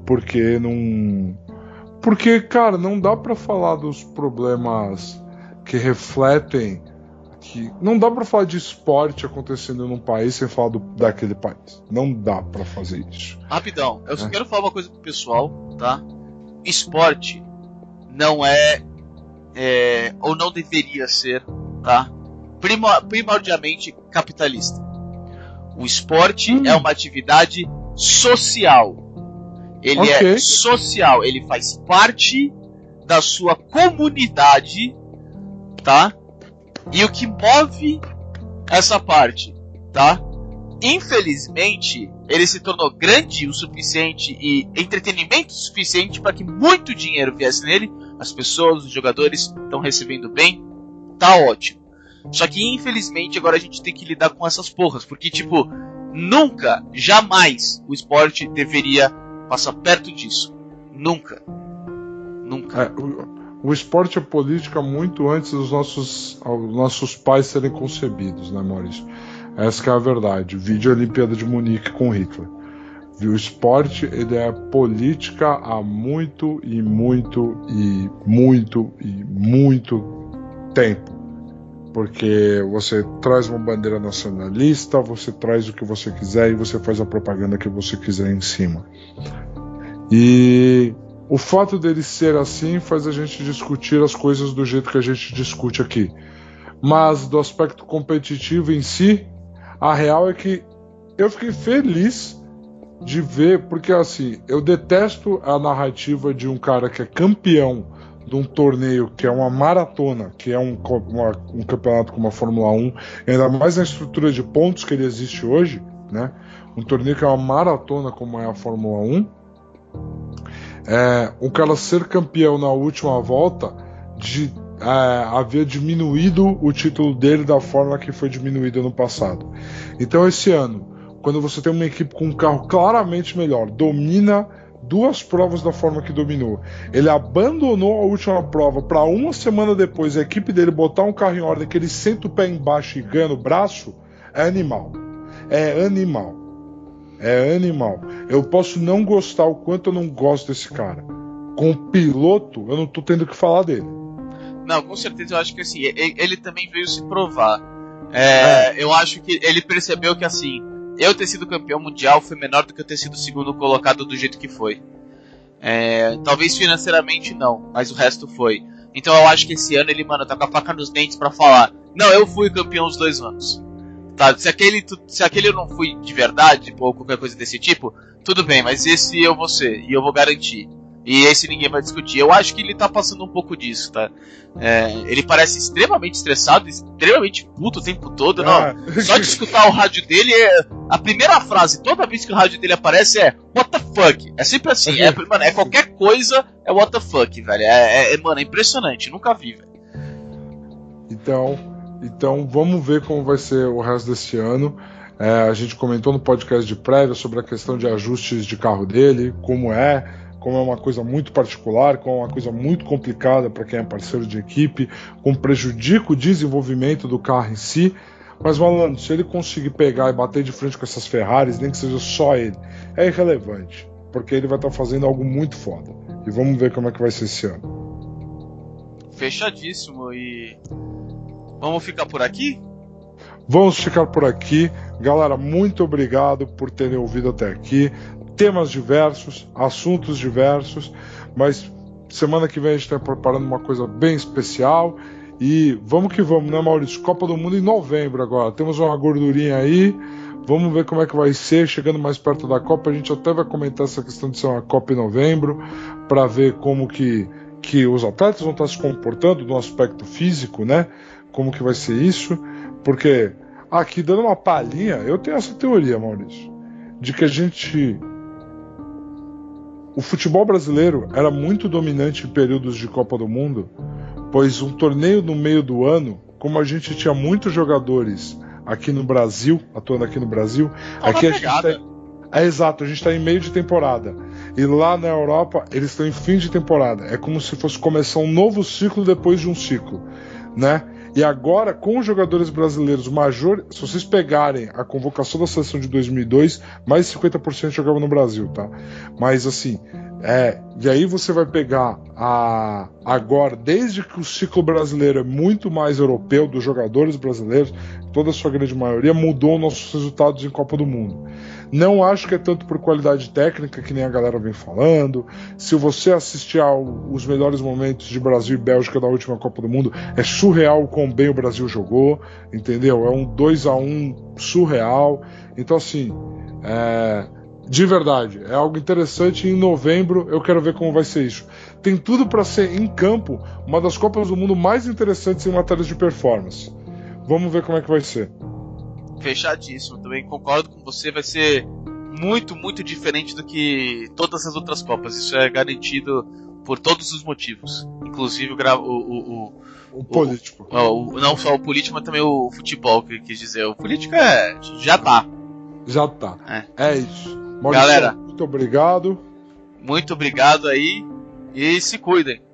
Porque, cara, não dá pra falar dos problemas que refletem, que não dá pra falar de esporte acontecendo num país sem falar daquele país. Não dá pra fazer isso. Rapidão, eu só quero falar uma coisa pro pessoal, tá? Esporte não é ou não deveria ser tá? Primordialmente capitalista. O esporte é uma atividade social. Ele é social, ele faz parte da sua comunidade, tá? E o que move essa parte, tá? Infelizmente, ele se tornou grande o suficiente e entretenimento suficiente para que muito dinheiro viesse nele. As pessoas, os jogadores estão recebendo bem, tá ótimo. Só que infelizmente agora a gente tem que lidar com essas porras, porque tipo, nunca, jamais o esporte deveria passar perto disso. Nunca. O esporte é política muito antes dos nossos pais serem concebidos, né, Maurício? Essa que é a verdade. Vídeo Olimpíada de Munique com Hitler. O esporte, ele é política há muito tempo. Porque você traz uma bandeira nacionalista, você traz o que você quiser e você faz a propaganda que você quiser em cima. E o fato dele ser assim faz a gente discutir as coisas do jeito que a gente discute aqui. Mas do aspecto competitivo em si, a real é que eu fiquei feliz de ver, porque assim, eu detesto a narrativa de um cara que é campeão de um torneio que é uma maratona, que é um campeonato como a Fórmula 1, ainda mais na estrutura de pontos que ele existe hoje, né? Um torneio que é uma maratona como é a Fórmula 1. Um cara ser campeão na última volta havia diminuído o título dele da forma que foi diminuído no passado. Então esse ano, quando você tem uma equipe com um carro claramente melhor, domina 2 provas da forma que dominou, ele abandonou a última prova para uma semana depois a equipe dele botar um carro em ordem que ele senta o pé embaixo e ganha no braço, é animal. Eu posso não gostar o quanto eu não gosto desse cara. Com o piloto, eu não tô tendo que falar dele. Não, com certeza eu acho que assim, ele também veio se provar. Eu acho que ele percebeu que assim, eu ter sido campeão mundial foi menor do que eu ter sido segundo colocado do jeito que foi. Talvez financeiramente não, mas o resto foi. Então eu acho que esse ano ele, mano, tá com a faca nos dentes pra falar: não, eu fui campeão os 2 anos. Tá? Se aquele eu não fui de verdade, ou qualquer coisa desse tipo, tudo bem, mas esse eu vou ser, e eu vou garantir. E esse ninguém vai discutir. Eu acho que ele tá passando um pouco disso, tá? Ele parece extremamente estressado, extremamente puto o tempo todo. Não, só de escutar o rádio dele, a primeira frase, toda vez que o rádio dele aparece é what the fuck. É sempre assim, mano, qualquer coisa é what the fuck, velho. Mano, é impressionante, nunca vi, velho. Então vamos ver como vai ser o resto desse ano. A gente comentou no podcast de prévia sobre a questão de ajustes de carro dele, como é uma coisa muito particular, como é uma coisa muito complicada para quem é parceiro de equipe, como prejudica o desenvolvimento do carro em si. Mas, malandro, se ele conseguir pegar e bater de frente com essas Ferraris, nem que seja só ele, é irrelevante, porque ele vai estar fazendo algo muito foda. E vamos ver como é que vai ser esse ano. Fechadíssimo. E vamos ficar por aqui? Vamos ficar por aqui. Galera, muito obrigado por terem ouvido até aqui. Temas diversos, assuntos diversos, mas semana que vem a gente está preparando uma coisa bem especial. E vamos que vamos, né, Maurício? Copa do Mundo em novembro agora. Temos uma gordurinha aí. Vamos ver como é que vai ser. Chegando mais perto da Copa, a gente até vai comentar essa questão de ser uma Copa em novembro, para ver como que os atletas vão estar se comportando no aspecto físico, né? Como que vai ser isso. Porque aqui, dando uma palhinha, eu tenho essa teoria, Maurício, de que o futebol brasileiro era muito dominante em períodos de Copa do Mundo, pois um torneio no meio do ano, como a gente tinha muitos jogadores aqui no Brasil, atuando aqui no Brasil, aqui a gente exato, a gente está em meio de temporada. E lá na Europa, eles estão em fim de temporada. É como se fosse começar um novo ciclo depois de um ciclo, né? E agora, com os jogadores brasileiros se vocês pegarem a convocação da seleção de 2002, mais de 50% jogavam no Brasil, tá? Mas assim, e aí você vai pegar agora, desde que o ciclo brasileiro é muito mais europeu, dos jogadores brasileiros, toda a sua grande maioria, mudou nossos resultados em Copa do Mundo. Não acho que é tanto por qualidade técnica, que nem a galera vem falando. Se você assistir aos melhores momentos de Brasil e Bélgica da última Copa do Mundo, é surreal o quão bem o Brasil jogou, entendeu? É um 2-1 surreal. Então, assim, de verdade, é algo interessante. Em novembro eu quero ver como vai ser isso. Tem tudo para ser, em campo, uma das Copas do Mundo mais interessantes em matéria de performance. Vamos ver como é que vai ser. Fechadíssimo, também concordo com você, vai ser muito, muito diferente do que todas as outras Copas, isso é garantido por todos os motivos, inclusive o político. Não só o político, mas também o futebol, que quis dizer, o político já tá. Já tá, é isso. Maurício, galera, muito obrigado. Muito obrigado aí, e se cuidem.